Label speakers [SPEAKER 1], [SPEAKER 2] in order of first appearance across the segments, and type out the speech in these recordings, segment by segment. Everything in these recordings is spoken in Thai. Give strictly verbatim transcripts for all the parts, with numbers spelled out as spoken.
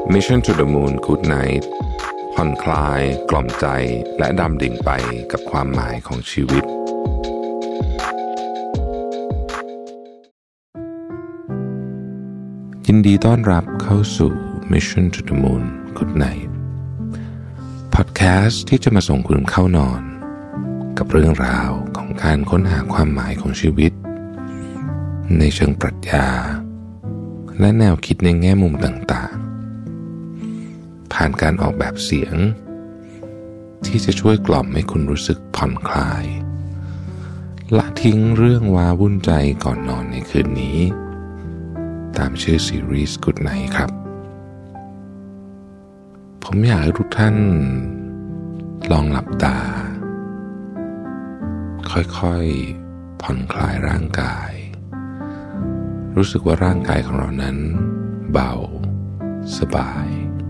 [SPEAKER 1] Mission to the Moon Good Night ผ่อนคลายกล่อมใจและดำดิ่งไปกับความหมายของชีวิตยินดีต้อนรับเข้าสู่ Mission to the Moon Good Night พอดแคสต์ที่จะมาส่งคุณเข้านอนกับเรื่องราวของการค้นหาความหมายของชีวิตในเชิงปรัชญาและแนวคิดในแง่มุมต่างๆผ่านการออกแบบเสียงที่จะช่วยกล่อมให้คุณรู้สึกผ่อนคลายละทิ้งเรื่องว้าวุ่นใจก่อนนอนในคืนนี้ตามชื่อซีรีส์ Good Night ครับผมอยากให้ทุกท่านลองหลับตาค่อยๆผ่อนคลายร่างกายรู้สึกว่าร่างกายของเรานั้นเบาสบาย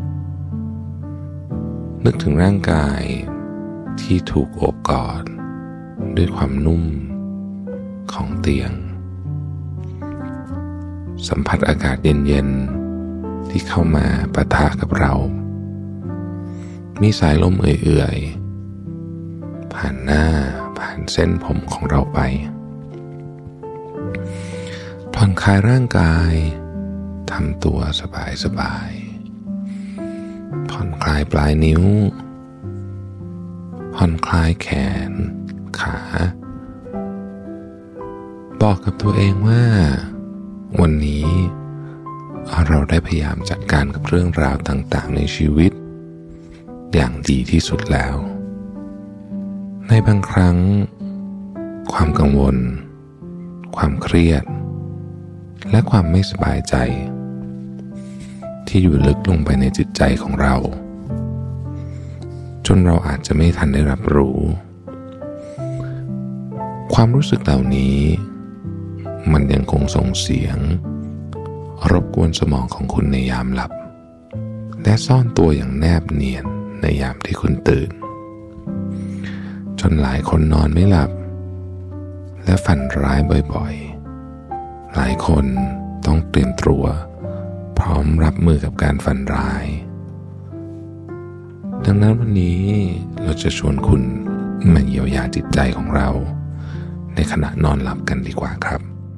[SPEAKER 1] นึกถึงร่างกายที่ถูกโอบกอดด้วยความนุ่มของเตียงสัมผัสอากาศเย็นๆที่เข้ามาปะทะกับเรามีสายลมเอื่อยๆผ่านหน้าผ่านเส้นผมของเราไปผ่อนคลายร่างกายทำตัวสบายๆผ่อนคลายปลายนิ้วผ่อนคลายแขนขาบอกกับตัวเองว่าวันนี้เราได้พยายามจัดการกับเรื่องราวต่างๆในชีวิตอย่างดีที่สุดแล้วในบางครั้งความกังวลความเครียดและความไม่สบายใจที่อยู่ลึกลงไปในจิตใจของเราจนเราอาจจะไม่ทันได้รับรู้ความรู้สึกเหล่านี้มันยังคงส่งเสียงรบกวนสมองของคุณในยามหลับและซ่อนตัวอย่างแนบเนียนในยามที่คุณตื่นจนหลายคนนอนไม่หลับและฝันร้ายบ่อยๆหลายคนต้องเตรียมตัวพร้อมรับมือกับการฝันร้ายดังนั้นวันนี้เราจะชวนคุณมาเยียวยาจิตใจของเราในขณะนอนหลับกันดีกว่าครับ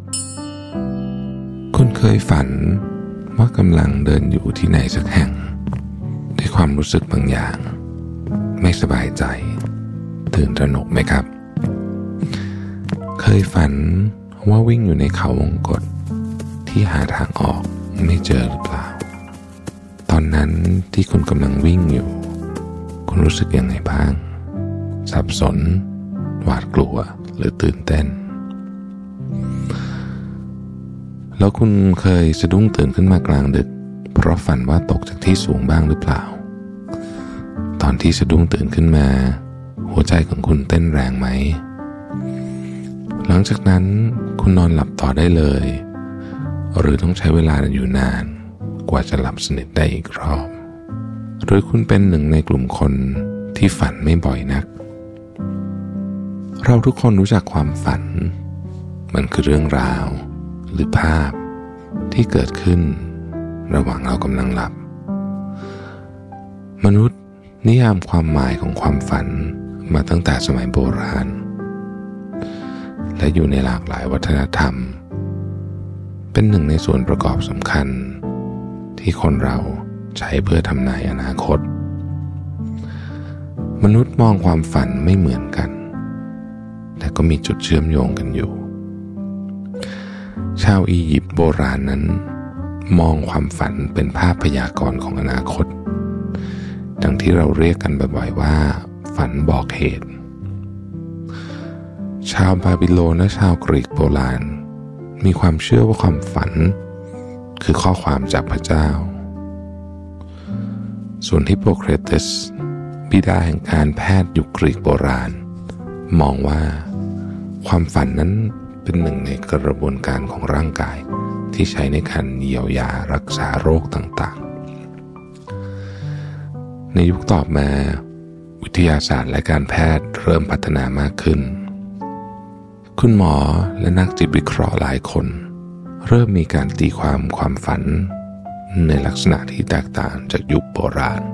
[SPEAKER 1] คุณเคยฝันว่ากำลังเดินอยู่ที่ไหนสักแห่งด้วยความรู้สึกบางอย่างไม่สบายใจตื่นตระหนกไหมครับเคยฝันว่าวิ่งอยู่ในเขาวงกตที่หาทางออกไม่เจอหรือเปล่าตอนนั้นที่คุณกำลังวิ่งอยู่คุณรู้สึกยังไงบ้างสับสนหวาดกลัวหรือตื่นเต้นแล้วคุณเคยสะดุ้งตื่นขึ้นมากลางดึกเพราะฝันว่าตกจากที่สูงบ้างหรือเปล่าตอนที่สะดุ้งตื่นขึ้นมาหัวใจของคุณเต้นแรงไหมหลังจากนั้นคุณนอนหลับต่อได้เลยหรือต้องใช้เวลาอยู่นานกว่าจะหลับสนิทได้อีกรอบหรือคุณเป็นหนึ่งในกลุ่มคนที่ฝันไม่บ่อยนักเราทุกคนรู้จักความฝันมันคือเรื่องราวหรือภาพที่เกิดขึ้นระหว่างเรากำลังหลับมนุษย์นิยามความหมายของความฝันมาตั้งแต่สมัยโบราณและอยู่ในหลากหลายวัฒนธรรมเป็นหนึ่งในส่วนประกอบสำคัญที่คนเราใช้เพื่อทำนายอนาคตมนุษย์มองความฝันไม่เหมือนกันแต่ก็มีจุดเชื่อมโยงกันอยู่ชาวอียิปต์โบราณนั้นมองความฝันเป็นภาพพยากรณ์ของอนาคตดังที่เราเรียกกันบ่อยๆว่าฝันบอกเหตุชาวบาบิโลนและชาวกรีกโบราณมีความเชื่อว่าความฝันคือข้อความจากพระเจ้าส่วนฮิปโปเครตัสบิดาแห่งการแพทย์ยุคกรีกโบราณมองว่าความฝันนั้นเป็นหนึ่งในกระบวนการของร่างกายที่ใช้ในการเยียวยารักษาโรคต่างๆในยุคต่อมาวิทยาศาสตร์และการแพทย์เริ่มพัฒนามากขึ้นคุณหมอและนักจิตวิเคราะห์หลายคนเริ่มมีการตีความความฝันในลักษณะที่แตกต่างจากยุคโบราณ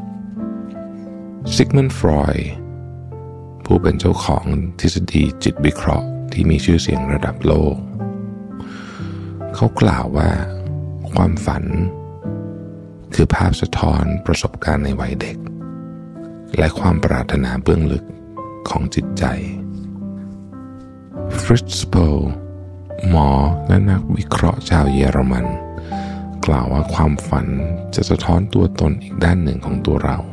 [SPEAKER 1] ซิกมันด์ ฟรอยด์ผู้เป็นเจ้าของทฤษฎีจิตวิเคราะห์ที่มีชื่อเสียงระดับโลกเขากล่าวว่าความฝันคือภาพสะท้อนประสบการณ์ในวัยเด็กและความปรารถนาเบื้องลึกของจิตใจฟริตซ์ โปลหมอและนักวิเคราะห์ชาวเยอรมันกล่าวว่าความฝันจะสะท้อนตัวตนอีกด้านหนึ่งของตัวเรา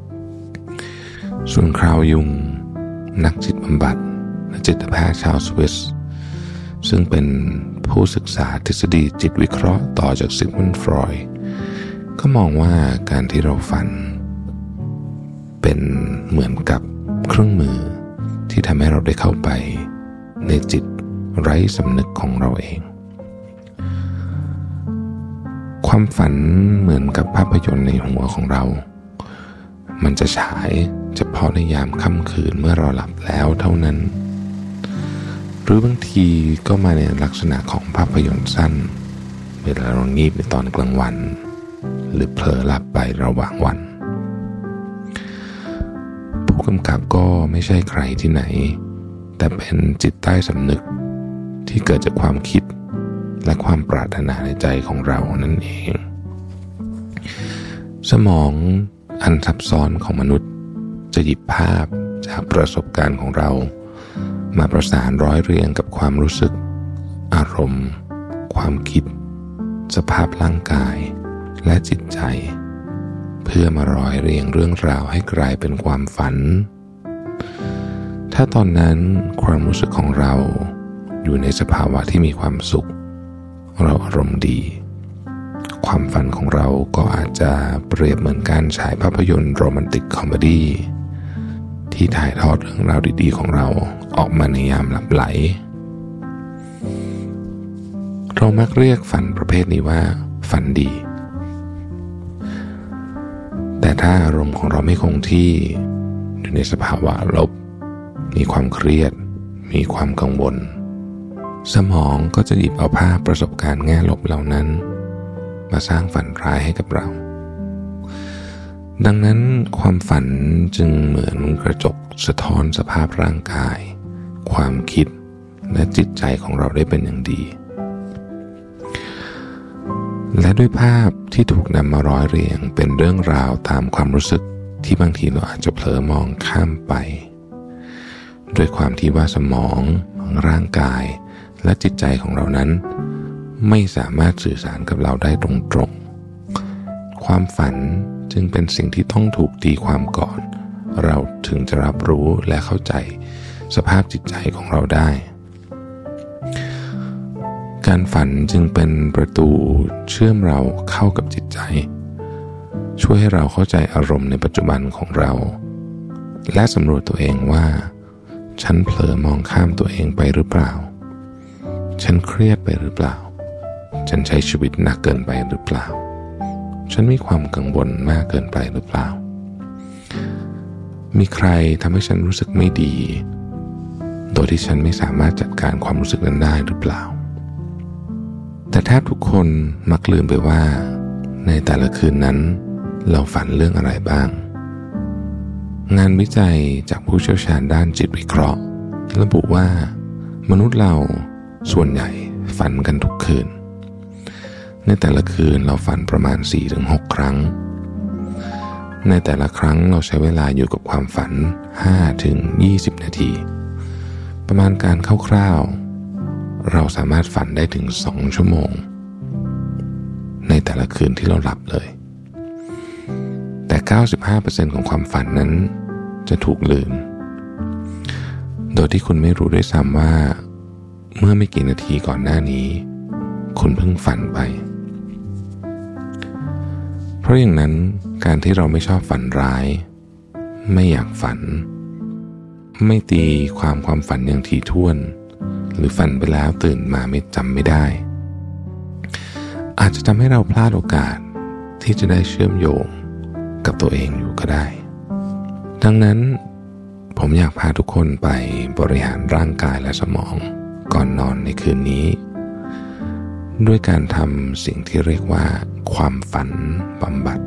[SPEAKER 1] ส่วนคราวยุงนักจิตบำบัดและจิตแพทย์ชาวสวิสซึ่งเป็นผู้ศึกษาทฤษฎีจิตวิเคราะห์ต่อจากซิกมันด์ ฟรอยด์ก็มองว่าการที่เราฝันเป็นเหมือนกับเครื่องมือที่ทำให้เราได้เข้าไปในจิตไร้สำนึกของเราเองความฝันเหมือนกับภาพยนตร์ในหัวของเรามันจะฉายเฉพาะในยามค่ำคืนเมื่อเราหลับแล้วเท่านั้นหรือบางทีก็มาในลักษณะของภาพยนตร์สั้นเวลาเรางีบในตอนกลางวันหรือเผลอหลับไประหว่างวันผู้กำกับก็ไม่ใช่ใครที่ไหนแต่เป็นจิตใต้สำนึกที่เกิดจากความคิดและความปรารถนาในใจของเรานั่นเองสมองอันซับซ้อนของมนุษย์จะหยิบภาพจากประสบการณ์ของเรามาประสานร้อยเรียงกับความรู้สึกอารมณ์ความคิดสภาพร่างกายและจิตใจเพื่อมาร้อยเรียงเรื่องราวให้กลายเป็นความฝันถ้าตอนนั้นความรู้สึกของเราอยู่ในสภาวะที่มีความสุขเราอารมณ์ดีความฝันของเราก็อาจจะเปรียบเหมือนการฉายภาพยนตร์โรแมนติกคอมเมดี้ที่ถ่ายทอดเรื่องราวดีๆของเราออกมาในยามหลับไหลเรามักเรียกฝันประเภทนี้ว่าฝันดีแต่ถ้าอารมณ์ของเราไม่คงที่อยู่ในสภาวะลบมีความเครียดมีความกังวลสมองก็จะหยิบเอาภาพประสบการณ์แง่ลบเหล่านั้นมาสร้างฝันร้ายให้กับเราดังนั้นความฝันจึงเหมือนกระจกสะท้อนสภาพร่างกายความคิดและจิตใจของเราได้เป็นอย่างดีและด้วยภาพที่ถูกนำมาร้อยเรียงเป็นเรื่องราวตามความรู้สึกที่บางทีเราอาจจะเผลอมองข้ามไปด้วยความที่ว่าสมองร่างกายและจิตใจของเรานั้นไม่สามารถสื่อสารกับเราได้ตรงๆความฝันจึงเป็นสิ่งที่ต้องถูกตีความก่อนเราถึงจะรับรู้และเข้าใจสภาพจิตใจของเราได้การฝันจึงเป็นประตูเชื่อมเราเข้ากับจิตใจช่วยให้เราเข้าใจอารมณ์ในปัจจุบันของเราและสำรวจตัวเองว่าฉันเผลอมองข้ามตัวเองไปหรือเปล่าฉันเครียดไปหรือเปล่าฉันใช้ชีวิตหนักเกินไปหรือเปล่าฉันมีความกังวลมากเกินไปหรือเปล่ามีใครทำให้ฉันรู้สึกไม่ดีโดยที่ฉันไม่สามารถจัดการความรู้สึกนั้นได้หรือเปล่าแต่แทบทุกคนมักลืมไปว่าในแต่ละคืนนั้นเราฝันเรื่องอะไรบ้างงานวิจัยจากผู้เชี่ยวชาญด้านจิตวิเคราะห์ระบุว่ามนุษย์เราส่วนใหญ่ฝันกันทุกคืนในแต่ละคืนเราฝันประมาณ สี่ถึงหก ครั้งในแต่ละครั้งเราใช้เวลาอยู่กับความฝัน ห้าถึงยี่สิบ นาทีประมาณการคร่าวๆเราสามารถฝันได้ถึงสองชั่วโมงในแต่ละคืนที่เราหลับเลยแต่ เก้าสิบห้าเปอร์เซ็นต์ ของความฝันนั้นจะถูกลืมโดยที่คุณไม่รู้ด้วยซ้ำว่าเมื่อไม่กี่นาทีก่อนหน้านี้คุณเพิ่งฝันไปเพราะอย่างนั้นการที่เราไม่ชอบฝันร้ายไม่อยากฝันไม่ตีความความฝันอย่างถี่ถ้วนหรือฝันไปแล้วตื่นมาไม่จำไม่ได้อาจจะทำให้เราพลาดโอกาสที่จะได้เชื่อมโยงกับตัวเองอยู่ก็ได้ดังนั้นผมอยากพาทุกคนไปบริหารร่างกายและสมองก่อนนอนในคืนนี้ด้วยการทำสิ่งที่เรียกว่าความฝันบำบัด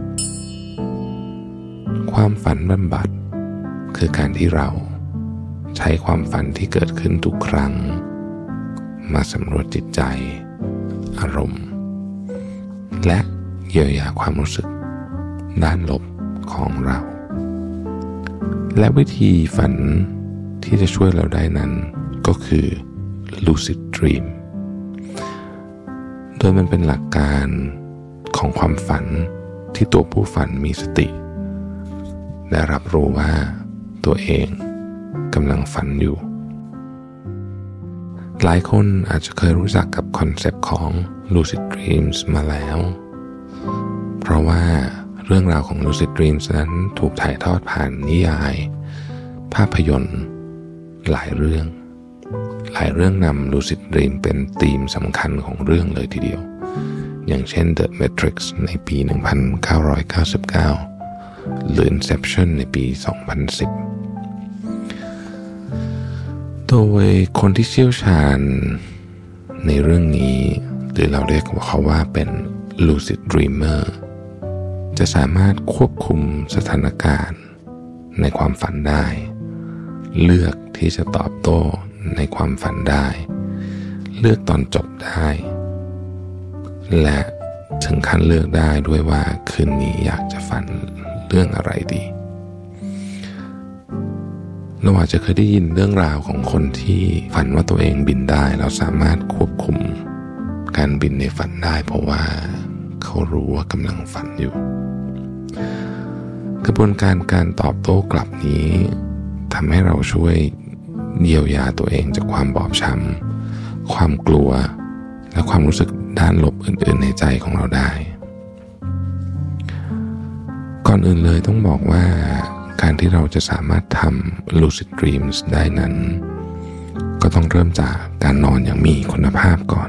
[SPEAKER 1] ความฝันบำบัดคือการที่เราใช้ความฝันที่เกิดขึ้นทุกครั้งมาสำรวจจิตใจอารมณ์และเยียวยาความรู้สึกด้านลบของเราและวิธีฝันที่จะช่วยเราได้นั้นก็คือ lucid dream โดยมันเป็นหลักการของความฝันที่ตัวผู้ฝันมีสติและรับรู้ว่าตัวเองกำลังฝันอยู่หลายคนอาจจะเคยรู้จักกับคอนเซปต์ของ lucid dreams มาแล้วเพราะว่าเรื่องราวของ lucid dreams นั้นถูกถ่ายทอดผ่านนิยายภาพยนตร์หลายเรื่องหลายเรื่องนำ lucid dream เป็นธีมสำคัญของเรื่องเลยทีเดียวอย่างเช่น The Matrix ในปี หนึ่งพันเก้าร้อยเก้าสิบเก้า หรือ Inception ในปี สองพันสิบ โดยคนที่เชี่ยวชาญในเรื่องนี้หรือเราเรียกเขาว่าเป็น lucid dreamer จะสามารถควบคุมสถานการณ์ในความฝันได้เลือกที่จะตอบโต้ในความฝันได้เลือกตอนจบได้และถึงขั้นเลือกได้ด้วยว่าคืนนี้อยากจะฝันเรื่องอะไรดีเราอาจจะเคยได้ยินเรื่องราวของคนที่ฝันว่าตัวเองบินได้เราสามารถควบคุมการบินในฝันได้เพราะว่าเขารู้ว่ากำลังฝันอยู่กระบวนการการตอบโต้กลับนี้ทำให้เราช่วยเยียวยาตัวเองจากความบอบช้ำความกลัวและความรู้สึกด้านลบอื่นๆในใจของเราได้ก่อนอื่นเลยต้องบอกว่าการที่เราจะสามารถทำ lucid dreams ได้นั้นก็ต้องเริ่มจากการนอนอย่างมีคุณภาพก่อน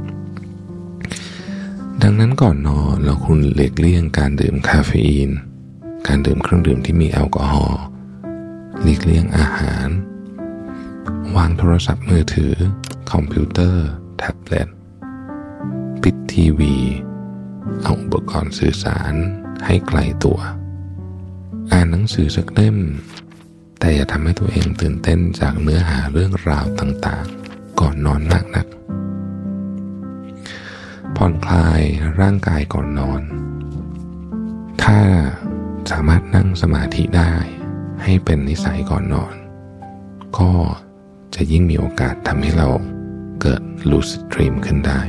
[SPEAKER 1] ดังนั้นก่อนนอนเราควรหลีกเลี่ยงการดื่มคาเฟอีนการดื่มเครื่องดื่มที่มีแอลกอฮอล์หลีกเลี่ยงอาหารวางโทรศัพท์มือถือคอมพิวเตอร์แท็บเล็ตปิดทีวีเอาอุปกรณ์สื่อสารให้ไกลตัวอ่านหนังสือสักเล่มแต่อย่าทำให้ตัวเองตื่นเต้นจากเนื้อหาเรื่องราวต่างๆก่อนนอนมากนักผ่อนคลายร่างกายก่อนนอนถ้าสามารถนั่งสมาธิได้ให้เป็นนิสัยก่อนนอนก็จะยิ่งมีโอกาสทำให้เราเกิด lucid dream ขึ้นได้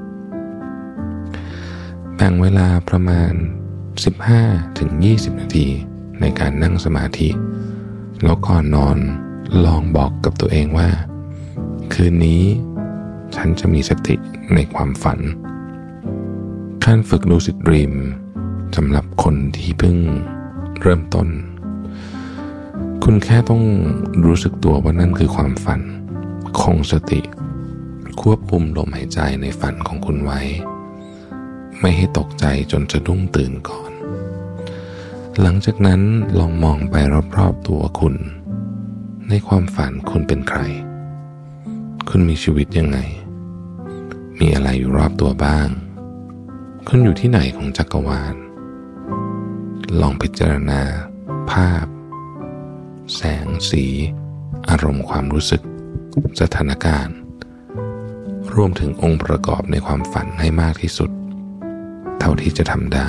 [SPEAKER 1] แบ่งเวลาประมาณ สิบห้าถึงยี่สิบ นาทีในการนั่งสมาธิแล้วก่อนนอนลองบอกกับตัวเองว่าคืนนี้ฉันจะมีสติในความฝันการฝึก lucid dream สำหรับคนที่เพิ่งเริ่มต้นคุณแค่ต้องรู้สึกตัวว่านั่นคือความฝันคงสติควบคุมลมหายใจในฝันของคุณไว้ไม่ให้ตกใจจนสะดุ้งตื่นก่อนหลังจากนั้นลองมองไปรอบๆตัวคุณในความฝันคุณเป็นใครคุณมีชีวิตยังไงมีอะไรอยู่รอบตัวบ้างคุณอยู่ที่ไหนของจักรวาลลองพิจารณาภาพแสงสีอารมณ์ความรู้สึกสถานการณ์รวมถึงองค์ประกอบในความฝันให้มากที่สุดเท่าที่จะทำได้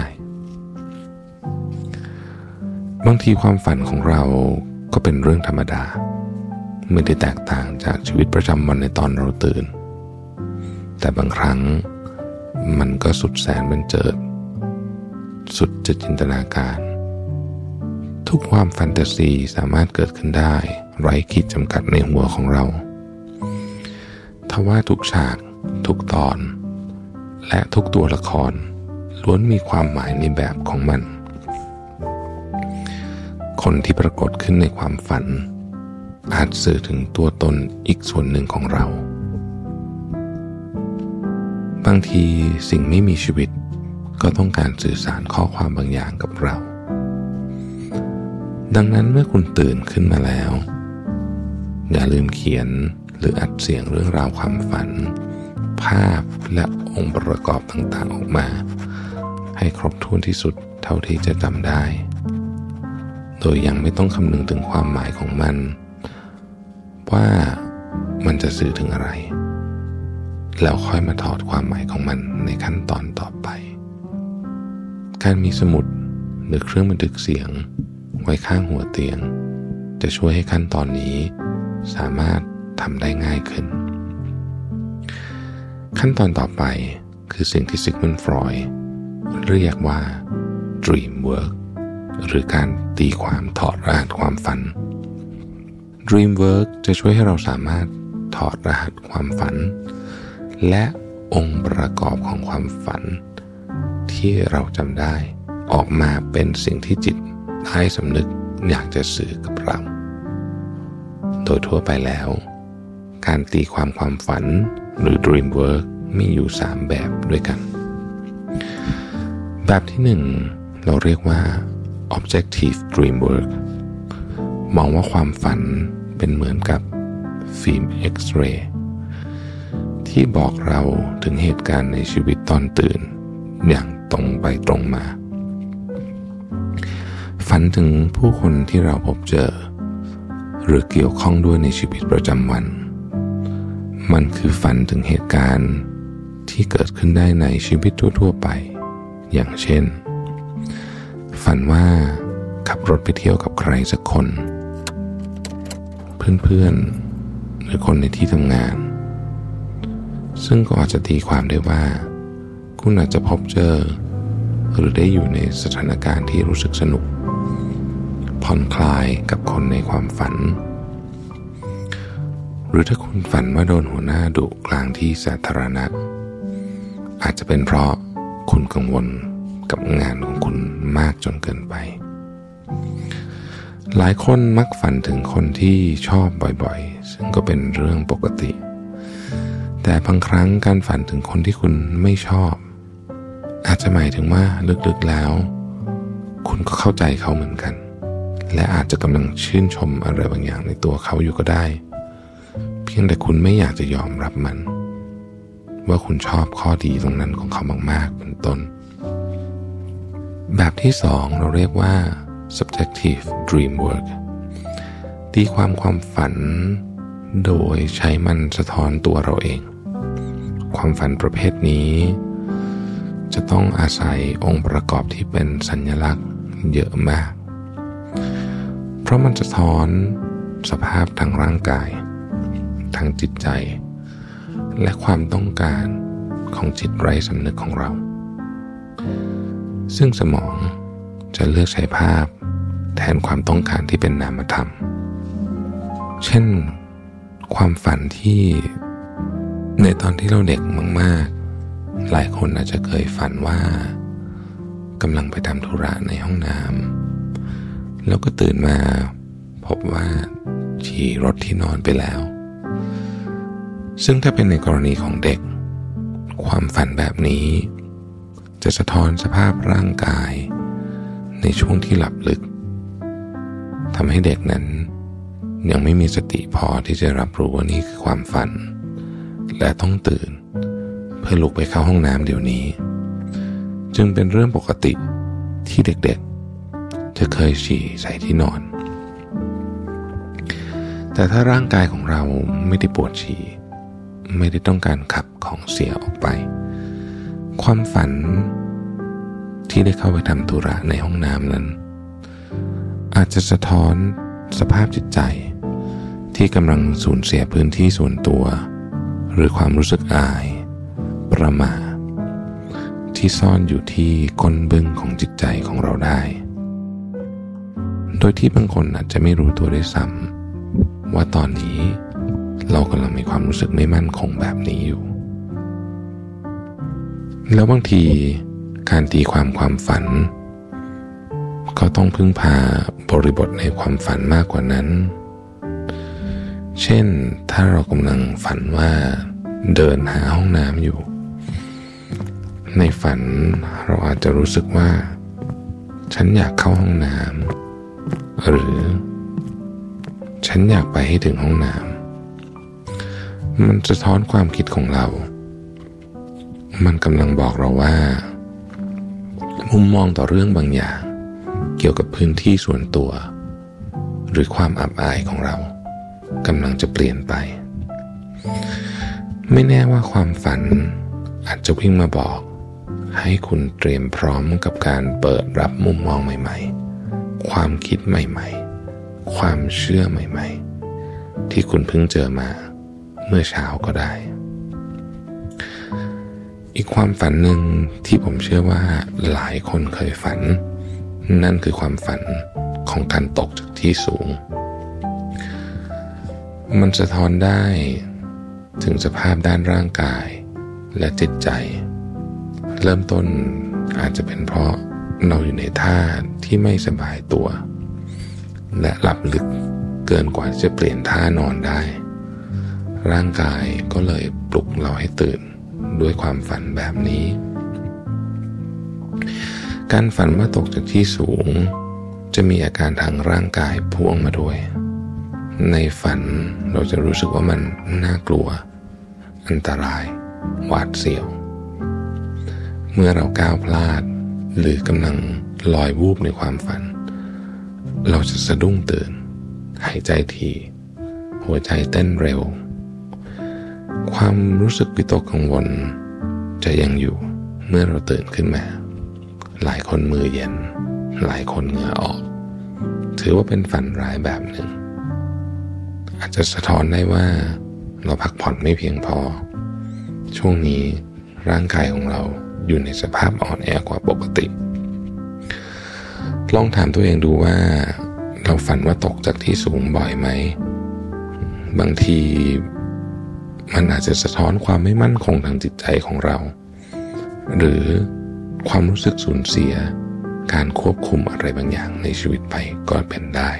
[SPEAKER 1] บางทีความฝันของเราก็เป็นเรื่องธรรมดาไม่ได้แตกต่างจากชีวิตประจำวันในตอนเราตื่นแต่บางครั้งมันก็สุดแสนบันเจิดสุดจะจินตนาการทุกความแฟนตาซีสามารถเกิดขึ้นได้ไร้ขีดจำกัดในหัวของเราทว่าทุกฉากทุกตอนและทุกตัวละครล้วนมีความหมายในแบบของมันคนที่ปรากฏขึ้นในความฝันอาจสื่อถึงตัวตนอีกส่วนหนึ่งของเราบางทีสิ่งไม่มีชีวิตก็ต้องการสื่อสารข้อความบางอย่างกับเราดังนั้นเมื่อคุณตื่นขึ้นมาแล้วอย่าลืมเขียนหรืออัดเสียงเรื่องราวความฝันภาพและองค์ประกอบต่างๆออกมาให้ครบถ้วนที่สุดเท่าที่จะจำได้โดยยังไม่ต้องคำนึงถึงความหมายของมันว่ามันจะสื่อถึงอะไรแล้วค่อยมาถอดความหมายของมันในขั้นตอนต่อไปการมีสมุดหรือเครื่องบันทึกเสียงไว้ข้างหัวเตียงจะช่วยให้ขั้นตอนนี้สามารถทำได้ง่ายขึ้นขั้นตอนต่อไปคือสิ่งที่ซิกมุนด์ ฟรอยด์เรียกว่า dream work หรือการตีความถอดรหัสความฝัน dream work จะช่วยให้เราสามารถถอดรหัสความฝันและองค์ประกอบของความฝันที่เราจำได้ออกมาเป็นสิ่งที่จิตใต้สำนึกอยากจะสื่อกับเราโดยทั่วไปแล้วการตีความความฝันหรือ dream work มีอยู่สามแบบด้วยกันแบบที่หนึ่งเราเรียกว่า objective dream work มองว่าความฝันเป็นเหมือนกับฟิล์มเอ็กซเรย์ที่บอกเราถึงเหตุการณ์ในชีวิตตอนตื่นอย่างตรงไปตรงมาฝันถึงผู้คนที่เราพบเจอหรือเกี่ยวข้องด้วยในชีวิตประจำวันมันคือฝันถึงเหตุการณ์ที่เกิดขึ้นได้ในชีวิตทั่วๆไปอย่างเช่นฝันว่าขับรถไปเที่ยวกับใครสักคนเพื่อนๆหรือคนในที่ทำงานซึ่งก็อาจจะตีความได้ว่าคุณอาจจะพบเจอหรือได้อยู่ในสถานการณ์ที่รู้สึกสนุกผ่อนคลายกับคนในความฝันหรือถ้าคุณฝันว่าโดนหัวหน้าดุกลางที่สาธารณะอาจจะเป็นเพราะคุณกังวลกับงานของคุณมากจนเกินไปหลายคนมักฝันถึงคนที่ชอบบ่อยๆซึ่งก็เป็นเรื่องปกติแต่บางครั้งการฝันถึงคนที่คุณไม่ชอบอาจจะหมายถึงว่าลึกๆแล้วคุณก็เข้าใจเขาเหมือนกันและอาจจะกำลังชื่นชมอะไรบางอย่างในตัวเขาอยู่ก็ได้เพียงแต่คุณไม่อยากจะยอมรับมันว่าคุณชอบข้อดีตรงนั้นของเขามากๆเป็นต้นแบบที่สองเราเรียกว่า subjective dream work ตีความความฝันโดยใช้มันสะท้อนตัวเราเองความฝันประเภทนี้จะต้องอาศัยองค์ประกอบที่เป็นสัญลักษณ์เยอะมากเพราะมันสะท้อนสภาพทางร่างกายทางจิตใจและความต้องการของจิตไร้สำนึกของเราซึ่งสมองจะเลือกใช้ภาพแทนความต้องการที่เป็นนามธรรมเช่นความฝันที่ในตอนที่เราเด็กมากๆหลายคนอาจจะเคยฝันว่ากำลังไปทำธุระในห้องน้ำแล้วก็ตื่นมาพบว่าฉี่รถที่นอนไปแล้วซึ่งถ้าเป็นในกรณีของเด็กความฝันแบบนี้จะสะท้อนสภาพร่างกายในช่วงที่หลับลึกทำให้เด็กนั้นยังไม่มีสติพอที่จะรับรู้ว่านี่คือความฝันและต้องตื่นเพื่อลุกไปเข้าห้องน้ำเดี๋ยวนี้จึงเป็นเรื่องปกติที่เด็กๆจะเคยฉี่ใส่ที่นอนแต่ถ้าร่างกายของเราไม่ได้ปวดฉี่ไม่ได้ต้องการขับของเสียออกไปความฝันที่ได้เข้าไปทำธุระในห้องน้ำนั้นอาจจะสะท้อนสภาพจิตใจที่กำลังสูญเสียพื้นที่ส่วนตัวหรือความรู้สึกอายประหม่าที่ซ่อนอยู่ที่ก้นบึ้งของจิตใจของเราได้โดยที่บางคนอาจจะไม่รู้ตัวด้วยซ้ำว่าตอนนี้เรากำลังมีความรู้สึกไม่มั่นคงแบบนี้อยู่แล้วบางทีการตีความความฝันก็ต้องพึ่งพาบริบทในความฝันมากกว่านั้นเช่นถ้าเรากำลังฝันว่าเดินหาห้องน้ำอยู่ในฝันเราอาจจะรู้สึกว่าฉันอยากเข้าห้องน้ำหรือฉันอยากไปให้ถึงห้องน้ำมันสะท้อนความคิดของเรามันกำลังบอกเราว่ามุมมองต่อเรื่องบางอย่างเกี่ยวกับพื้นที่ส่วนตัวหรือความอับอายของเรากำลังจะเปลี่ยนไปไม่แน่ว่าความฝันอาจจะวิ่งมาบอกให้คุณเตรียมพร้อมกับการเปิดรับมุมมองใหม่ๆความคิดใหม่ๆความเชื่อใหม่ๆที่คุณเพิ่งเจอมาเมื่อเช้าก็ได้อีกความฝันหนึ่งที่ผมเชื่อว่าหลายคนเคยฝันนั่นคือความฝันของการตกจากที่สูงมันสะท้อนได้ถึงสภาพด้านร่างกายและจิตใจเริ่มต้นอาจจะเป็นเพราะเราอยู่ในท่าที่ไม่สบายตัวและหลับลึกเกินกว่าจะเปลี่ยนท่านอนได้ร่างกายก็เลยปลุกเราให้ตื่นด้วยความฝันแบบนี้การฝันว่าตกจากที่สูงจะมีอาการทางร่างกายพ่วงมาด้วยในฝันเราจะรู้สึกว่ามันน่ากลัวอันตรายหวาดเสียวเมื่อเราก้าวพลาดหรือกำลังลอยวูบในความฝันเราจะสะดุ้งตื่นหายใจถี่หัวใจเต้นเร็วความรู้สึกวิตกกังวลจะยังอยู่เมื่อเราตื่นขึ้นมาหลายคนมือเย็นหลายคนเหงื่อออกถือว่าเป็นฝันร้ายแบบหนึ่งอาจจะสะท้อนได้ว่าเราพักผ่อนไม่เพียงพอช่วงนี้ร่างกายของเราอยู่ในสภาพอ่อนแอกว่าปกติลองถามตัวเองดูว่าเราฝันว่าตกจากที่สูงบ่อยไหมบางทีมันอาจจะสะท้อนความไม่มั่นคงทางจิตใจของเราหรือความรู้สึกสูญเสียการควบคุมอะไรบางอย่างในชีวิตไปก็เป็นได้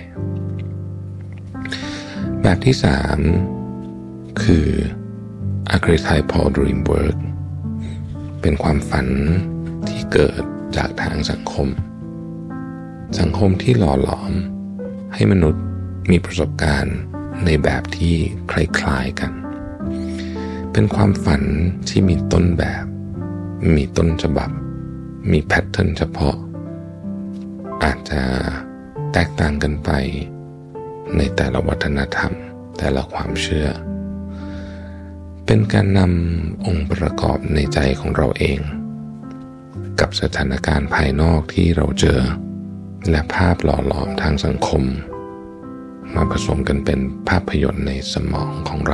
[SPEAKER 1] แบบที่สามคือ Archetypal Dream Work เป็นความฝันที่เกิดจากทางสังคมสังคมที่หล่อหลอมให้มนุษย์มีประสบการณ์ในแบบที่คล้ายๆกันเป็นความฝันที่มีต้นแบบมีต้นฉบับมีแพทเทิร์นเฉพาะอาจจะแตกต่างกันไปในแต่ละวัฒนธรรมแต่ละความเชื่อเป็นการนำองค์ประกอบในใจของเราเองกับสถานการณ์ภายนอกที่เราเจอและภาพหล่อหลอมทางสังคมมาผสมกันเป็นภาพยนตร์ในสมองของเรา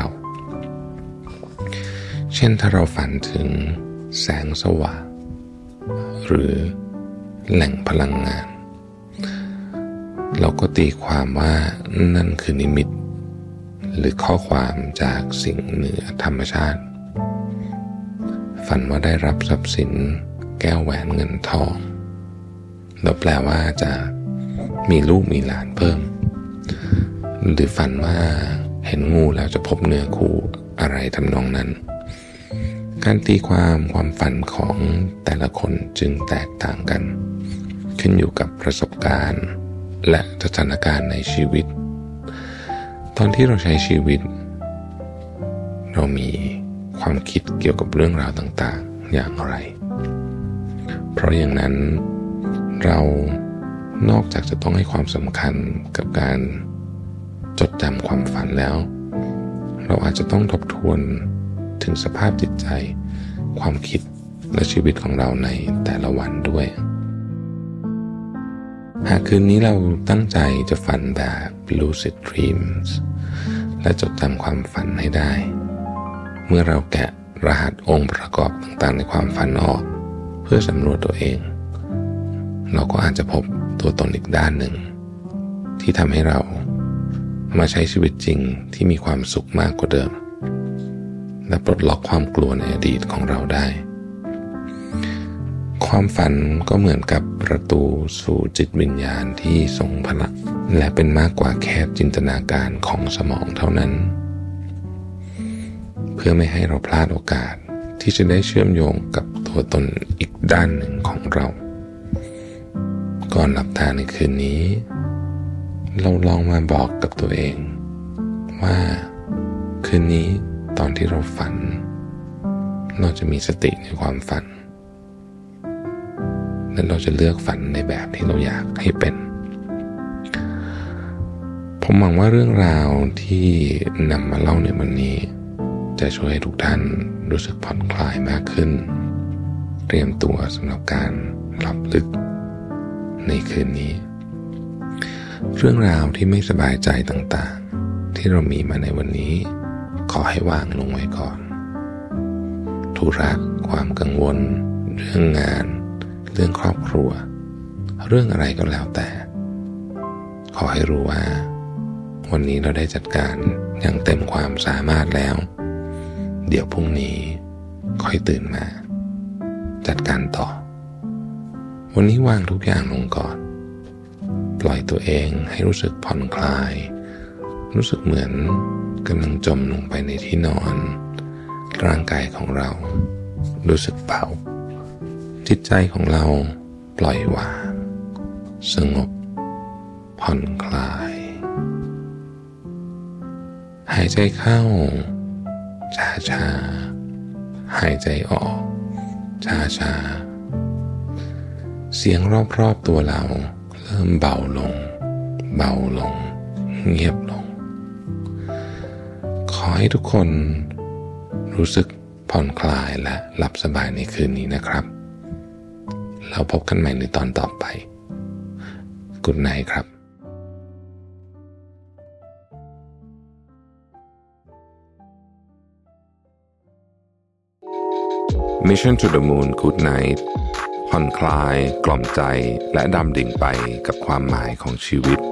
[SPEAKER 1] เช่นถ้าเราฝันถึงแสงสว่างหรือแหล่งพลังงานเราก็ตีความว่านั่นคือนิมิตหรือข้อความจากสิ่งเหนือธรรมชาติฝันว่าได้รับทรัพย์สินแก้วแหวนเงินทองแล้วแปลว่าจะมีลูกมีหลานเพิ่มหรือฝันว่าเห็นงูแล้วจะพบเนื้อคู่อะไรทำนองนั้นการตีความความฝันของแต่ละคนจึงแตกต่างกันขึ้นอยู่กับประสบการณ์และสถานการณ์ในชีวิตตอนที่เราใช้ชีวิตเรามีความคิดเกี่ยวกับเรื่องราวต่างๆอย่างไรเพราะอย่างนั้นเรานอกจากจะต้องให้ความสำคัญกับการจดจำความฝันแล้วเราอาจจะต้องทบทวนถึงสภาพจิตใจความคิดและชีวิตของเราในแต่ละวันด้วยหากคืนนี้เราตั้งใจจะฝันแบบ lucid dreams และจดจำความฝันให้ได้เมื่อเราแกะรหัสองค์ประกอบต่างๆในความฝันออกเพื่อสำรวจตัวเองเราก็อาจจะพบตัวตนอีกด้านหนึ่งที่ทำให้เรามาใช้ชีวิตจริงที่มีความสุขมากกว่าเดิมและปลดล็อกความกลัวในอดีตของเราได้ความฝันก็เหมือนกับประตูสู่จิตวิญญาณที่ทรงพลังและเป็นมากกว่าแค่จินตนาการของสมองเท่านั้นเพื่อไม่ให้เราพลาดโอกาสที่จะได้เชื่อมโยงกับตัวตนอีกด้านหนึ่งของเราก่อนหลับตาในคืนนี้เราลองมาบอกกับตัวเองว่าคืนนี้ตอนที่เราฝันเราจะมีสติในความฝันและเราจะเลือกฝันในแบบที่เราอยากให้เป็นผมหวังว่าเรื่องราวที่นำมาเล่าในวันนี้จะช่วยให้ทุกท่านรู้สึกผ่อนคลายมากขึ้นเตรียมตัวสำหรับการหลับลึกในคืนนี้เรื่องราวที่ไม่สบายใจต่างๆที่เรามีมาในวันนี้ขอให้วางลงไว้ก่อนธุระความกังวลเรื่องงานเรื่องครอบครัวเรื่องอะไรก็แล้วแต่ขอให้รู้ว่าวันนี้เราได้จัดการอย่างเต็มความสามารถแล้วเดี๋ยวพรุ่งนี้ค่อยตื่นมาจัดการต่อวันนี้วางทุกอย่างลงก่อนปล่อยตัวเองให้รู้สึกผ่อนคลายรู้สึกเหมือนกำลังจมลงไปในที่นอนร่างกายของเรารู้สึกเบาจิตใจของเราปล่อยวางสงบผ่อนคลายหายใจเข้าช้าๆหายใจออกช้าๆเสียงรอบๆตัวเราเริ่มเบาลงเบาลงเงียบลงขอให้ทุกคนรู้สึกผ่อนคลายและหลับสบายในคืนนี้นะครับเราพบกันใหม่ในตอนต่อไป Good night ครับ
[SPEAKER 2] Mission to the Moon Good Night ผ่อนคลายกล่อมใจและดำดิ่งไปกับความหมายของชีวิต